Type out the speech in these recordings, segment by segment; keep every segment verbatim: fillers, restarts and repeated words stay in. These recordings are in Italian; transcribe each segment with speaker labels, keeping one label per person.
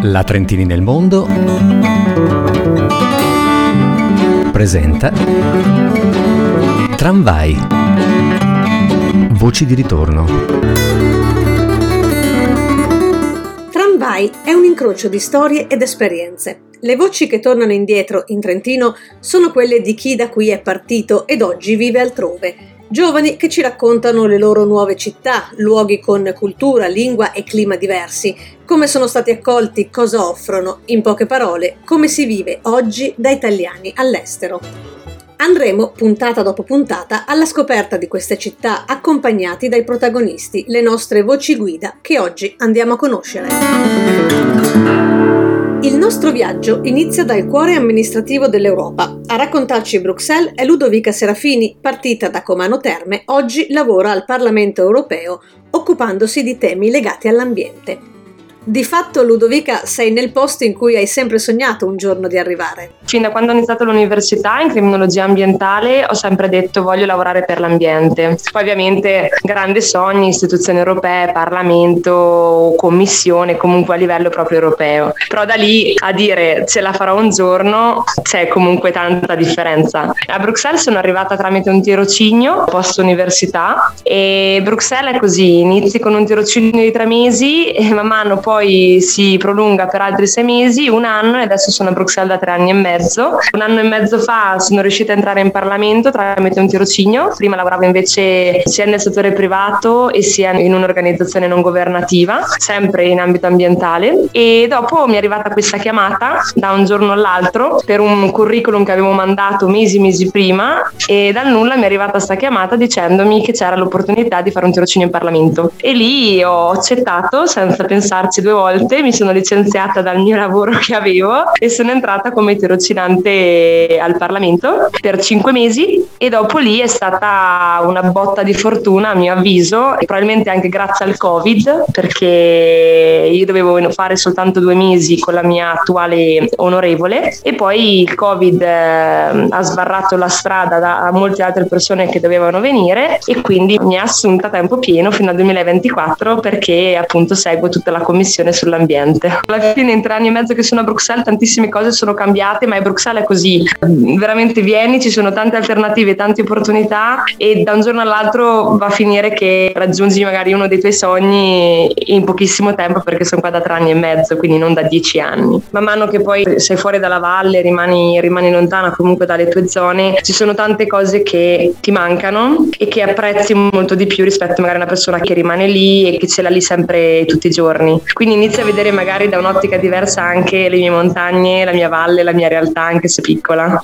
Speaker 1: La Trentini nel mondo presenta Tramvai. Voci di ritorno.
Speaker 2: Tramvai è un incrocio di storie ed esperienze. Le voci che tornano indietro in Trentino sono quelle di chi da qui è partito ed oggi vive altrove. Giovani che ci raccontano le loro nuove città, luoghi con cultura, lingua e clima diversi, come sono stati accolti, cosa offrono, in poche parole, come si vive oggi da italiani all'estero. Andremo, puntata dopo puntata, alla scoperta di queste città accompagnati dai protagonisti, le nostre voci guida che oggi andiamo a conoscere. Il nostro viaggio inizia dal cuore amministrativo dell'Europa. A raccontarci Bruxelles è Ludovica Serafini, partita da Comano Terme, oggi lavora al Parlamento europeo, occupandosi di temi legati all'ambiente. Di fatto, Ludovica, sei nel posto in cui hai sempre sognato un giorno di arrivare.
Speaker 3: Fin da quando ho iniziato l'università in criminologia ambientale ho sempre detto voglio lavorare per l'ambiente. Poi ovviamente grandi sogni, istituzioni europee, Parlamento, Commissione, comunque a livello proprio europeo. Però da lì a dire ce la farò un giorno c'è comunque tanta differenza. A Bruxelles sono arrivata tramite un tirocinio post università e Bruxelles è così, inizi con un tirocinio di tre mesi e man mano poi poi si prolunga per altri sei mesi, un anno, e adesso sono a Bruxelles da tre anni e mezzo. Un anno e mezzo fa sono riuscita a entrare in Parlamento tramite un tirocinio. Prima lavoravo invece sia nel settore privato e sia in un'organizzazione non governativa, sempre in ambito ambientale, e dopo mi è arrivata questa chiamata da un giorno all'altro per un curriculum che avevo mandato mesi mesi prima, e dal nulla mi è arrivata questa chiamata dicendomi che c'era l'opportunità di fare un tirocinio in Parlamento, e lì ho accettato senza pensarci due volte. Mi sono licenziata dal mio lavoro che avevo e sono entrata come tirocinante al Parlamento per cinque mesi, e dopo lì è stata una botta di fortuna a mio avviso, e probabilmente anche grazie al Covid, perché io dovevo fare soltanto due mesi con la mia attuale onorevole e poi il Covid ha sbarrato la strada da, a molte altre persone che dovevano venire, e quindi mi ha assunta a tempo pieno fino al duemilaventiquattro, perché appunto seguo tutta la commissione sull'ambiente. Alla fine, in tre anni e mezzo che sono a Bruxelles, tantissime cose sono cambiate, ma Bruxelles è così, veramente vieni, ci sono tante alternative, tante opportunità, e da un giorno all'altro va a finire che raggiungi magari uno dei tuoi sogni in pochissimo tempo, perché sono qua da tre anni e mezzo, quindi non da dieci anni. Man mano che poi sei fuori dalla valle, rimani, rimani lontana comunque dalle tue zone, ci sono tante cose che ti mancano e che apprezzi molto di più rispetto magari a una persona che rimane lì e che ce l'ha lì sempre tutti i giorni. Quindi inizio a vedere magari da un'ottica diversa anche le mie montagne, la mia valle, la mia realtà, anche se piccola.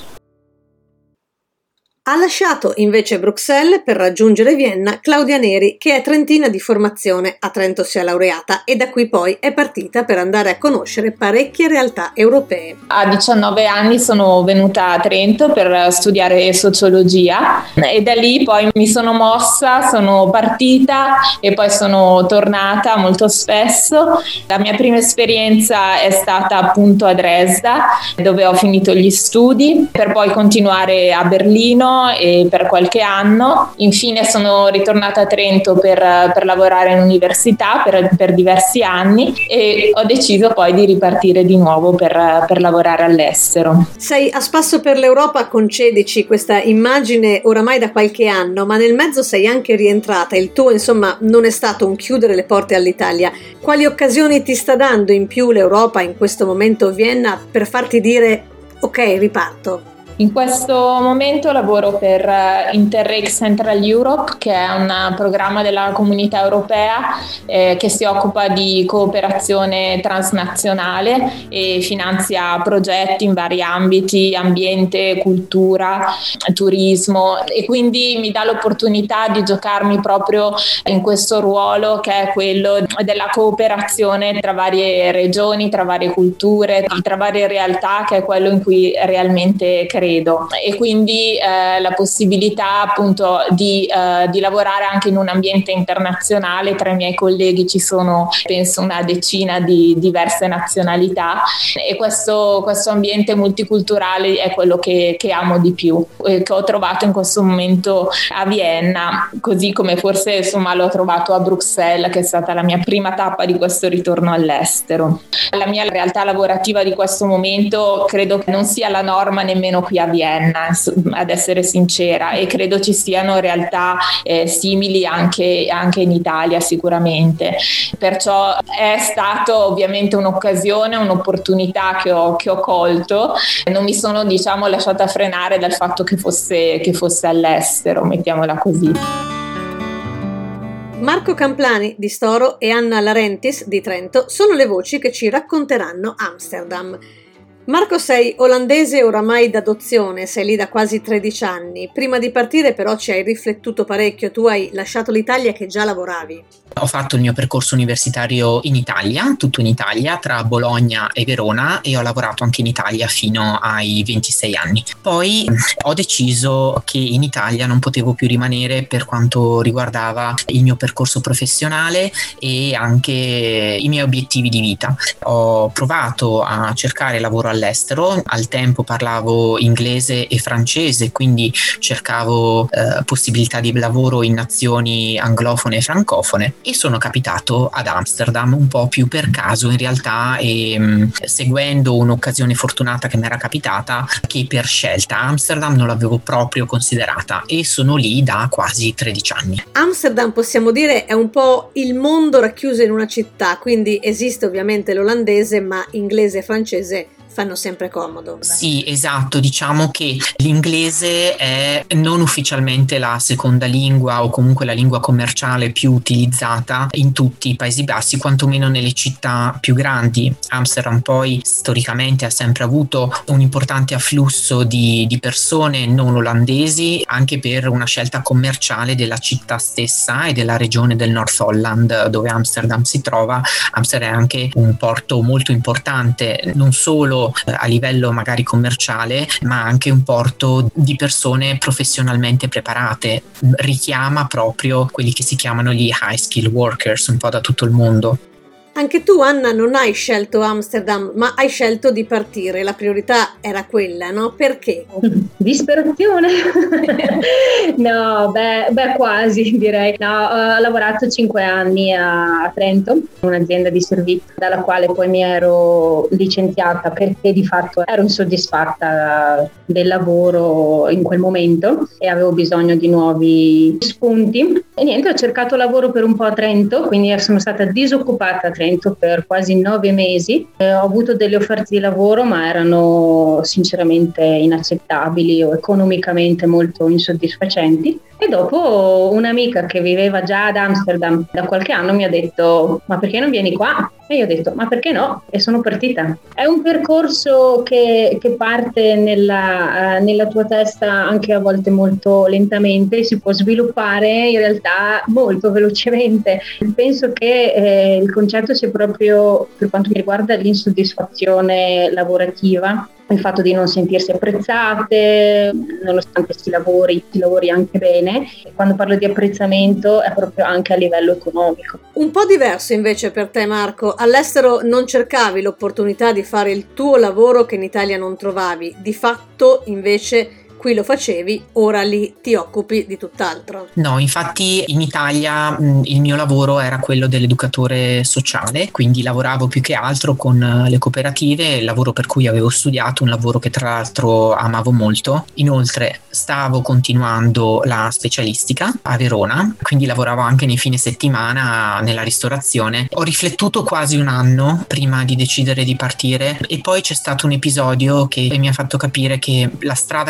Speaker 2: Ha lasciato invece Bruxelles per raggiungere Vienna Claudia Neri, che è trentina di formazione, a Trento si è laureata e da qui poi è partita per andare a conoscere parecchie realtà europee.
Speaker 4: A diciannove anni sono venuta a Trento per studiare sociologia e da lì poi mi sono mossa, sono partita e poi sono tornata molto spesso. La mia prima esperienza è stata appunto a Dresda, dove ho finito gli studi, per poi continuare a Berlino e per qualche anno. Infine sono ritornata a Trento per, per lavorare in università per, per diversi anni, e ho deciso poi di ripartire di nuovo per, per lavorare all'estero.
Speaker 2: Sei a spasso per l'Europa, concedici questa immagine oramai da qualche anno, ma nel mezzo sei anche rientrata. Il tuo, insomma, non è stato un chiudere le porte all'Italia. Quali occasioni ti sta dando in più l'Europa, in questo momento Vienna, per farti dire ok, riparto?
Speaker 4: In questo momento lavoro per Interreg Central Europe, che è un programma della Comunità Europea eh, che si occupa di cooperazione transnazionale e finanzia progetti in vari ambiti: ambiente, cultura, turismo, e quindi mi dà l'opportunità di giocarmi proprio in questo ruolo, che è quello della cooperazione tra varie regioni, tra varie culture, tra varie realtà, che è quello in cui realmente crediamo. credo, e quindi eh, la possibilità appunto di, eh, di lavorare anche in un ambiente internazionale. Tra i miei colleghi ci sono penso una decina di diverse nazionalità, e questo, questo ambiente multiculturale è quello che, che amo di più, eh, che ho trovato in questo momento a Vienna, così come forse insomma l'ho trovato a Bruxelles, che è stata la mia prima tappa di questo ritorno all'estero. La mia realtà lavorativa di questo momento credo che non sia la norma nemmeno qui a Vienna, ad essere sincera, e credo ci siano realtà eh, simili anche, anche in Italia sicuramente. Perciò è stato ovviamente un'occasione, un'opportunità che ho, che ho colto. Non mi sono diciamo lasciata frenare dal fatto che fosse, che fosse all'estero, mettiamola così.
Speaker 2: Marco Camplani di Storo e Anna Larentis di Trento sono le voci che ci racconteranno Amsterdam. Marco, sei olandese oramai d'adozione, sei lì da quasi tredici anni. Prima di partire però ci hai riflettuto parecchio, tu hai lasciato l'Italia che già lavoravi.
Speaker 5: Ho fatto il mio percorso universitario in Italia, tutto in Italia, tra Bologna e Verona, e ho lavorato anche in Italia fino ai ventisei anni. Poi ho deciso che in Italia non potevo più rimanere per quanto riguardava il mio percorso professionale e anche i miei obiettivi di vita. Ho provato a cercare lavoro all'estero, al tempo parlavo inglese e francese, quindi cercavo eh, possibilità di lavoro in nazioni anglofone e francofone, e sono capitato ad Amsterdam un po' più per caso in realtà, e mh, seguendo un'occasione fortunata che mi era capitata, che per scelta. Amsterdam non l'avevo proprio considerata e sono lì da quasi tredici anni.
Speaker 2: Amsterdam, possiamo dire, è un po' il mondo racchiuso in una città, quindi esiste ovviamente l'olandese, ma inglese e francese fanno sempre comodo.
Speaker 5: Sì, esatto, diciamo che l'inglese è non ufficialmente la seconda lingua o comunque la lingua commerciale più utilizzata in tutti i Paesi Bassi, quantomeno nelle città più grandi. Amsterdam poi storicamente ha sempre avuto un importante afflusso di, di persone non olandesi, anche per una scelta commerciale della città stessa e della regione del North Holland dove Amsterdam si trova. Amsterdam è anche un porto molto importante, non solo a livello magari commerciale, ma anche un porto di persone professionalmente preparate. Richiama proprio quelli che si chiamano gli high skill workers un po' da tutto il mondo.
Speaker 2: Anche tu, Anna, non hai scelto Amsterdam, ma hai scelto di partire. La priorità era quella, no? Perché?
Speaker 6: Disperazione? No, beh, beh, quasi direi. No, ho lavorato cinque anni a Trento, un'azienda di servizi, dalla quale poi mi ero licenziata perché di fatto ero insoddisfatta del lavoro in quel momento e avevo bisogno di nuovi spunti. E niente, ho cercato lavoro per un po' a Trento, quindi sono stata disoccupata a Trento per quasi nove mesi. Eh, ho avuto delle offerte di lavoro, ma erano sinceramente inaccettabili o economicamente molto insoddisfacenti. E dopo un'amica che viveva già ad Amsterdam da qualche anno mi ha detto: ma perché non vieni qua? E io ho detto: ma perché no? E sono partita. È un percorso che, che parte nella, uh, nella tua testa anche a volte molto lentamente, si può sviluppare in realtà molto velocemente. Penso che eh, il concetto sia proprio, per quanto mi riguarda, l'insoddisfazione lavorativa, il fatto di non sentirsi apprezzate nonostante si lavori, si lavori anche bene. E quando parlo di apprezzamento è proprio anche a livello economico.
Speaker 2: Un po' diverso invece per te, Marco. All'estero non cercavi l'opportunità di fare il tuo lavoro che in Italia non trovavi, di fatto invece qui lo facevi, ora lì ti occupi di tutt'altro.
Speaker 5: No, infatti in Italia mh, il mio lavoro era quello dell'educatore sociale, quindi lavoravo più che altro con uh, le cooperative, il lavoro per cui avevo studiato, un lavoro che tra l'altro amavo molto. Inoltre stavo continuando la specialistica a Verona, quindi lavoravo anche nei fine settimana nella ristorazione. Ho riflettuto quasi un anno prima di decidere di partire, e poi c'è stato un episodio che mi ha fatto capire che la strada che avevo scelto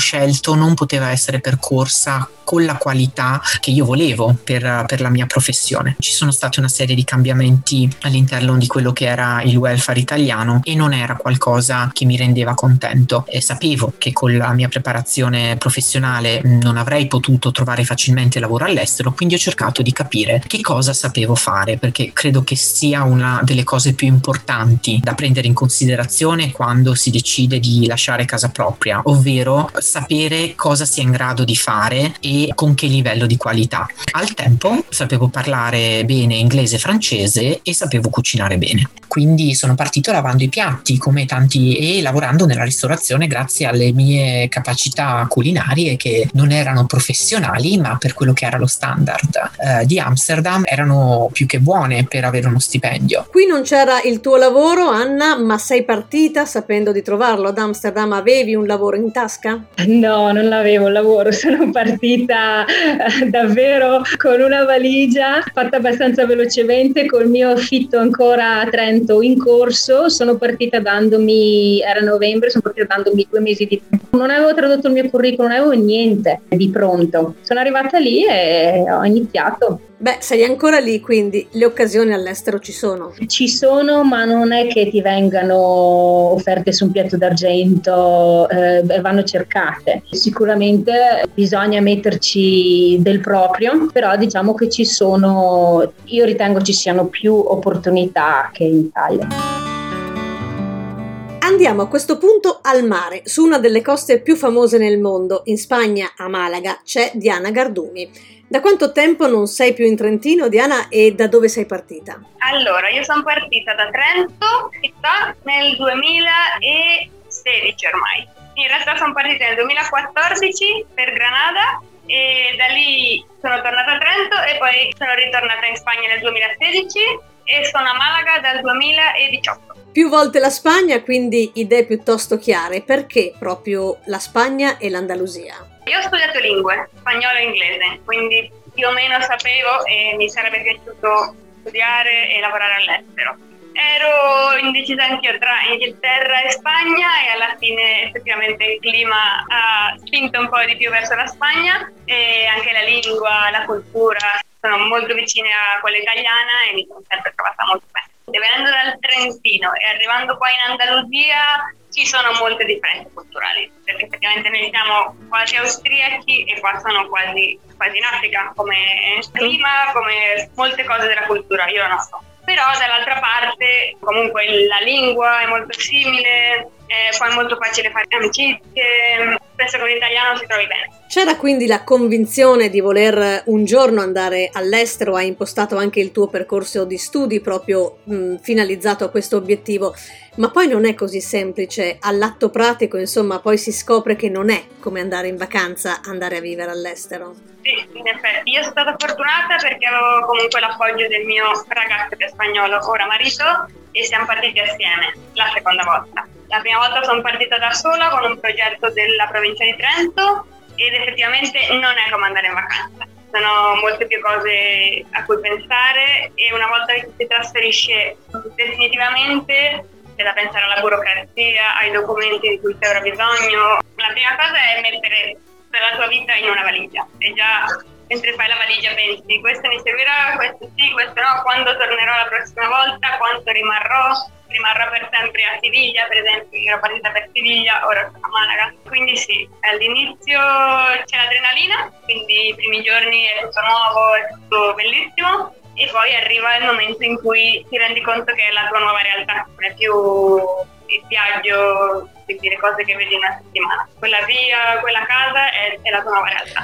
Speaker 5: scelto non poteva essere percorsa con la qualità che io volevo per, per la mia professione. Ci sono stati una serie di cambiamenti all'interno di quello che era il welfare italiano e non era qualcosa che mi rendeva contento, e sapevo che con la mia preparazione professionale non avrei potuto trovare facilmente lavoro all'estero, quindi ho cercato di capire che cosa sapevo fare, perché credo che sia una delle cose più importanti da prendere in considerazione quando si decide di lasciare casa propria, ovvero sapere cosa si è in grado di fare e con che livello di qualità. Al tempo sapevo parlare bene inglese e francese e sapevo cucinare bene, quindi sono partito lavando i piatti come tanti e lavorando nella ristorazione grazie alle mie capacità culinarie, che non erano professionali, ma per quello che era lo standard eh, di Amsterdam erano più che buone per avere uno stipendio.
Speaker 2: Qui non c'era il tuo lavoro, Anna, ma sei partita sapendo di trovarlo ad Amsterdam. Avevi un lavoro in tasca?
Speaker 6: No, non avevo un lavoro, sono partita eh, davvero con una valigia fatta abbastanza velocemente, col mio affitto ancora a Trento in corso. Sono partita dandomi, era novembre, sono partita dandomi due mesi di tempo. Non avevo tradotto il mio curriculum, non avevo niente di pronto. Sono arrivata lì e ho iniziato.
Speaker 2: Beh, sei ancora lì, quindi le occasioni all'estero ci sono.
Speaker 6: Ci sono, ma non è che ti vengano offerte su un piatto d'argento, eh, vanno cercate. Sicuramente bisogna metterci del proprio, però diciamo che ci sono, io ritengo ci siano più opportunità che in Italia.
Speaker 2: Andiamo a questo punto al mare. Su una delle coste più famose nel mondo, in Spagna, a Malaga, c'è Diana Gardumi. Da quanto tempo non sei più in Trentino, Diana, e da dove sei partita?
Speaker 7: Allora, io sono partita da Trento, città, nel duemilasedici ormai. In realtà sono partita nel duemilaquattordici per Granada e da lì sono tornata a Trento e poi sono ritornata in Spagna nel duemilasedici e sono a Malaga dal duemiladiciotto.
Speaker 2: Più volte la Spagna, quindi idee piuttosto chiare. Perché proprio la Spagna e l'Andalusia?
Speaker 7: Io ho studiato lingue, spagnolo e inglese, quindi più o meno sapevo e mi sarebbe piaciuto studiare e lavorare all'estero. Ero indecisa anch'io tra Inghilterra e Spagna e alla fine effettivamente il clima ha spinto un po' di più verso la Spagna e anche la lingua, la cultura sono molto vicine a quella italiana e mi sono sempre trovata molto bene. Venendo dal Trentino e arrivando poi in Andalusia ci sono molte differenze culturali, perché effettivamente noi siamo quasi austriaci e qua sono quasi, quasi in Africa come clima, come molte cose della cultura, io non so. Però dall'altra parte comunque la lingua è molto simile, eh, poi è molto facile fare amicizie, penso che l'italiano si trovi bene.
Speaker 2: C'era quindi la convinzione di voler un giorno andare all'estero, hai impostato anche il tuo percorso di studi proprio mh, finalizzato a questo obiettivo, ma poi non è così semplice, all'atto pratico insomma poi si scopre che non è come andare in vacanza, andare a vivere all'estero.
Speaker 7: Sì, in effetti, io sono stata fortunata perché avevo comunque l'appoggio del mio ragazzo che è spagnolo, ora marito, e siamo partiti assieme la seconda volta. La prima volta sono partita da sola con un progetto della provincia di Trento ed effettivamente non è come andare in vacanza. Sono molte più cose a cui pensare e una volta che si trasferisce definitivamente c'è da pensare alla burocrazia, ai documenti di cui si avrà bisogno. La prima cosa è mettere per la tua vita in una valigia e già mentre fai la valigia pensi questo mi servirà, questo sì, questo no, quando tornerò la prossima volta, quanto rimarrò, rimarrò per sempre a Siviglia, per esempio, io ero partita per Siviglia, ora sono a Malaga, quindi sì, all'inizio c'è l'adrenalina, quindi i primi giorni è tutto nuovo, è tutto bellissimo e poi arriva il momento in cui ti rendi conto che è la tua nuova realtà, non è più il viaggio, quindi le cose che vedi in una settimana, quella via, quella casa è, è la tua nuova realtà.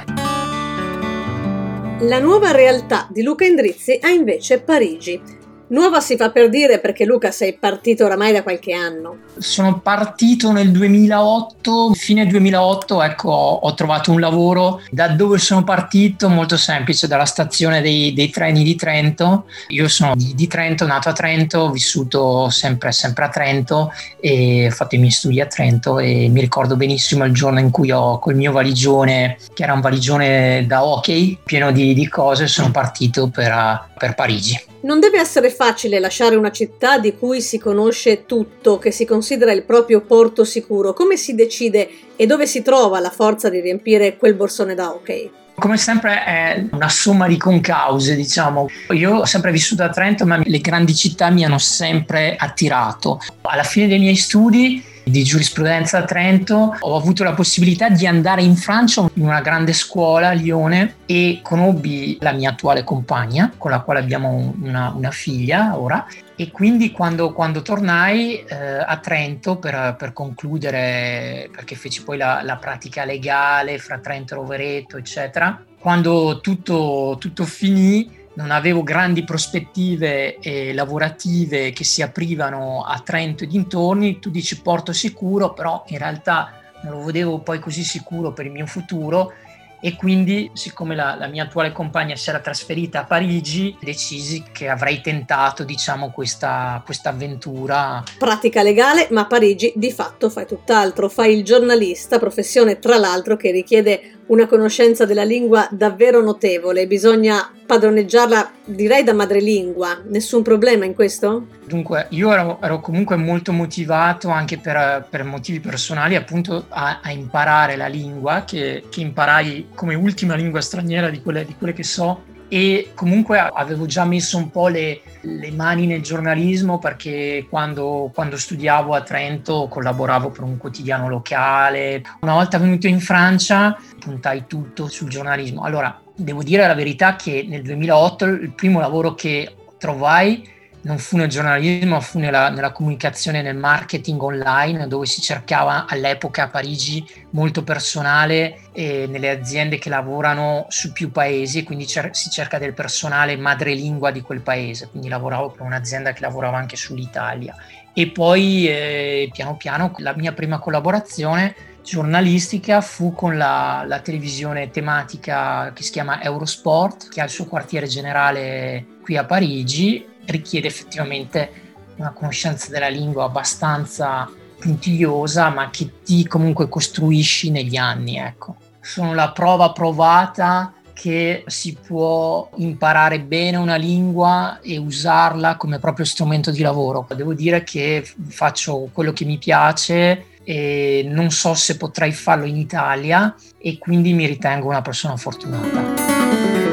Speaker 2: La nuova realtà di Luca Endrizzi è invece Parigi. Nuova si fa per dire perché Luca sei partito oramai da qualche anno.
Speaker 5: Sono partito nel duemilaotto, fine duemilaotto, ecco, ho trovato un lavoro. Da dove sono partito? Molto semplice, dalla stazione dei, dei treni di Trento. Io sono di, di Trento, nato a Trento, ho vissuto sempre, sempre a Trento e ho fatto i miei studi a Trento e mi ricordo benissimo il giorno in cui ho col mio valigione, che era un valigione da hockey, pieno di, di cose, sono partito per, per Parigi.
Speaker 2: Non deve essere facile lasciare una città di cui si conosce tutto, che si considera il proprio porto sicuro. Come si decide e dove si trova la forza di riempire quel borsone da hockey?
Speaker 8: Come sempre è una somma di concause, diciamo. Io ho sempre vissuto a Trento, ma le grandi città mi hanno sempre attirato. Alla fine dei miei studi di giurisprudenza a Trento ho avuto la possibilità di andare in Francia in una grande scuola a Lione e conobbi la mia attuale compagna, con la quale abbiamo una, una figlia ora. E quindi quando, quando tornai eh, a Trento per, per concludere, perché feci poi la, la pratica legale fra Trento e Rovereto, eccetera, quando tutto, tutto finì, non avevo grandi prospettive eh, lavorative che si aprivano a Trento e dintorni. Tu dici porto sicuro, però in realtà non lo vedevo poi così sicuro per il mio futuro. E quindi, siccome la, la mia attuale compagna si era trasferita a Parigi, decisi che avrei tentato, diciamo, questa questa avventura.
Speaker 2: Pratica legale, ma a Parigi di fatto fai tutt'altro. Fai il giornalista, professione tra l'altro che richiede una conoscenza della lingua davvero notevole. Bisogna padroneggiarla, direi, da madrelingua. Nessun problema in questo?
Speaker 8: Dunque, io ero, ero comunque molto motivato anche per, per motivi personali, appunto, a, a imparare la lingua, che, che imparai come ultima lingua straniera di quelle, di quelle che so. E comunque avevo già messo un po' le, le mani nel giornalismo, perché quando, quando studiavo a Trento collaboravo per un quotidiano locale. Una volta venuto in Francia puntai tutto sul giornalismo. Allora, devo dire la verità che nel duemilaotto il primo lavoro che trovai non fu nel giornalismo, ma fu nella, nella comunicazione, nel marketing online, dove si cercava all'epoca a Parigi molto personale eh, nelle aziende che lavorano su più paesi, quindi cer- si cerca del personale madrelingua di quel paese. Quindi lavoravo per un'azienda che lavorava anche sull'Italia. E poi eh, piano piano la mia prima collaborazione giornalistica fu con la, la televisione tematica che si chiama Eurosport, che ha il suo quartiere generale qui a Parigi. Richiede effettivamente una conoscenza della lingua abbastanza puntigliosa, ma che ti comunque costruisci negli anni, ecco. Sono la prova provata che si può imparare bene una lingua e usarla come proprio strumento di lavoro. Devo dire che faccio quello che mi piace e non so se potrei farlo in Italia, e quindi mi ritengo una persona fortunata.